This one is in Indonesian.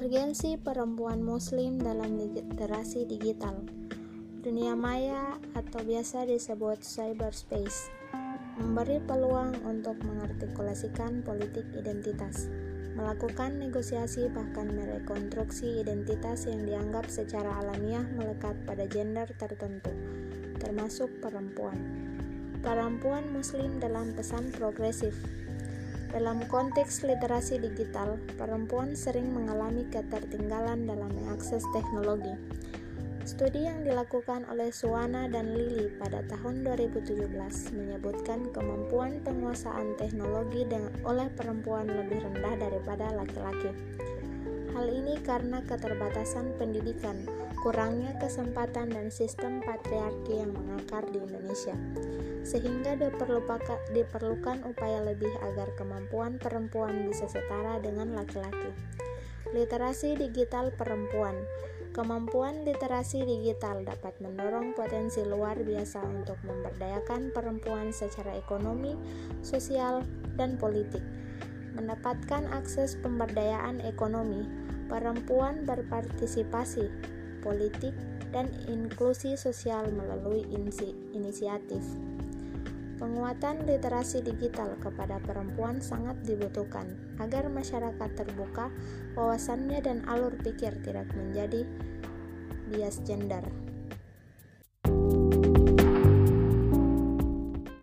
Urgensi perempuan Muslim dalam literasi digital. Dunia maya atau biasa disebut cyberspace memberi peluang untuk mengartikulasikan politik identitas, melakukan negosiasi bahkan merekonstruksi identitas yang dianggap secara alamiah melekat pada gender tertentu, termasuk perempuan. Perempuan Muslim dalam pesan progresif. Dalam konteks literasi digital, perempuan sering mengalami ketertinggalan dalam mengakses teknologi. Studi yang dilakukan oleh Suwana dan Lili pada tahun 2017 menyebutkan kemampuan penguasaan teknologi oleh perempuan lebih rendah daripada laki-laki. Hal ini karena keterbatasan pendidikan, kurangnya kesempatan dan sistem patriarki yang mengakar di Indonesia, sehingga diperlukan upaya lebih agar kemampuan perempuan bisa setara dengan laki-laki. Literasi digital perempuan. Kemampuan literasi digital dapat mendorong potensi luar biasa untuk memberdayakan perempuan secara ekonomi, sosial, dan politik. Mendapatkan akses pemberdayaan ekonomi, perempuan berpartisipasi politik dan inklusi sosial melalui inisiatif. Penguatan literasi digital kepada perempuan sangat dibutuhkan agar masyarakat terbuka, wawasannya dan alur pikir tidak menjadi bias gender.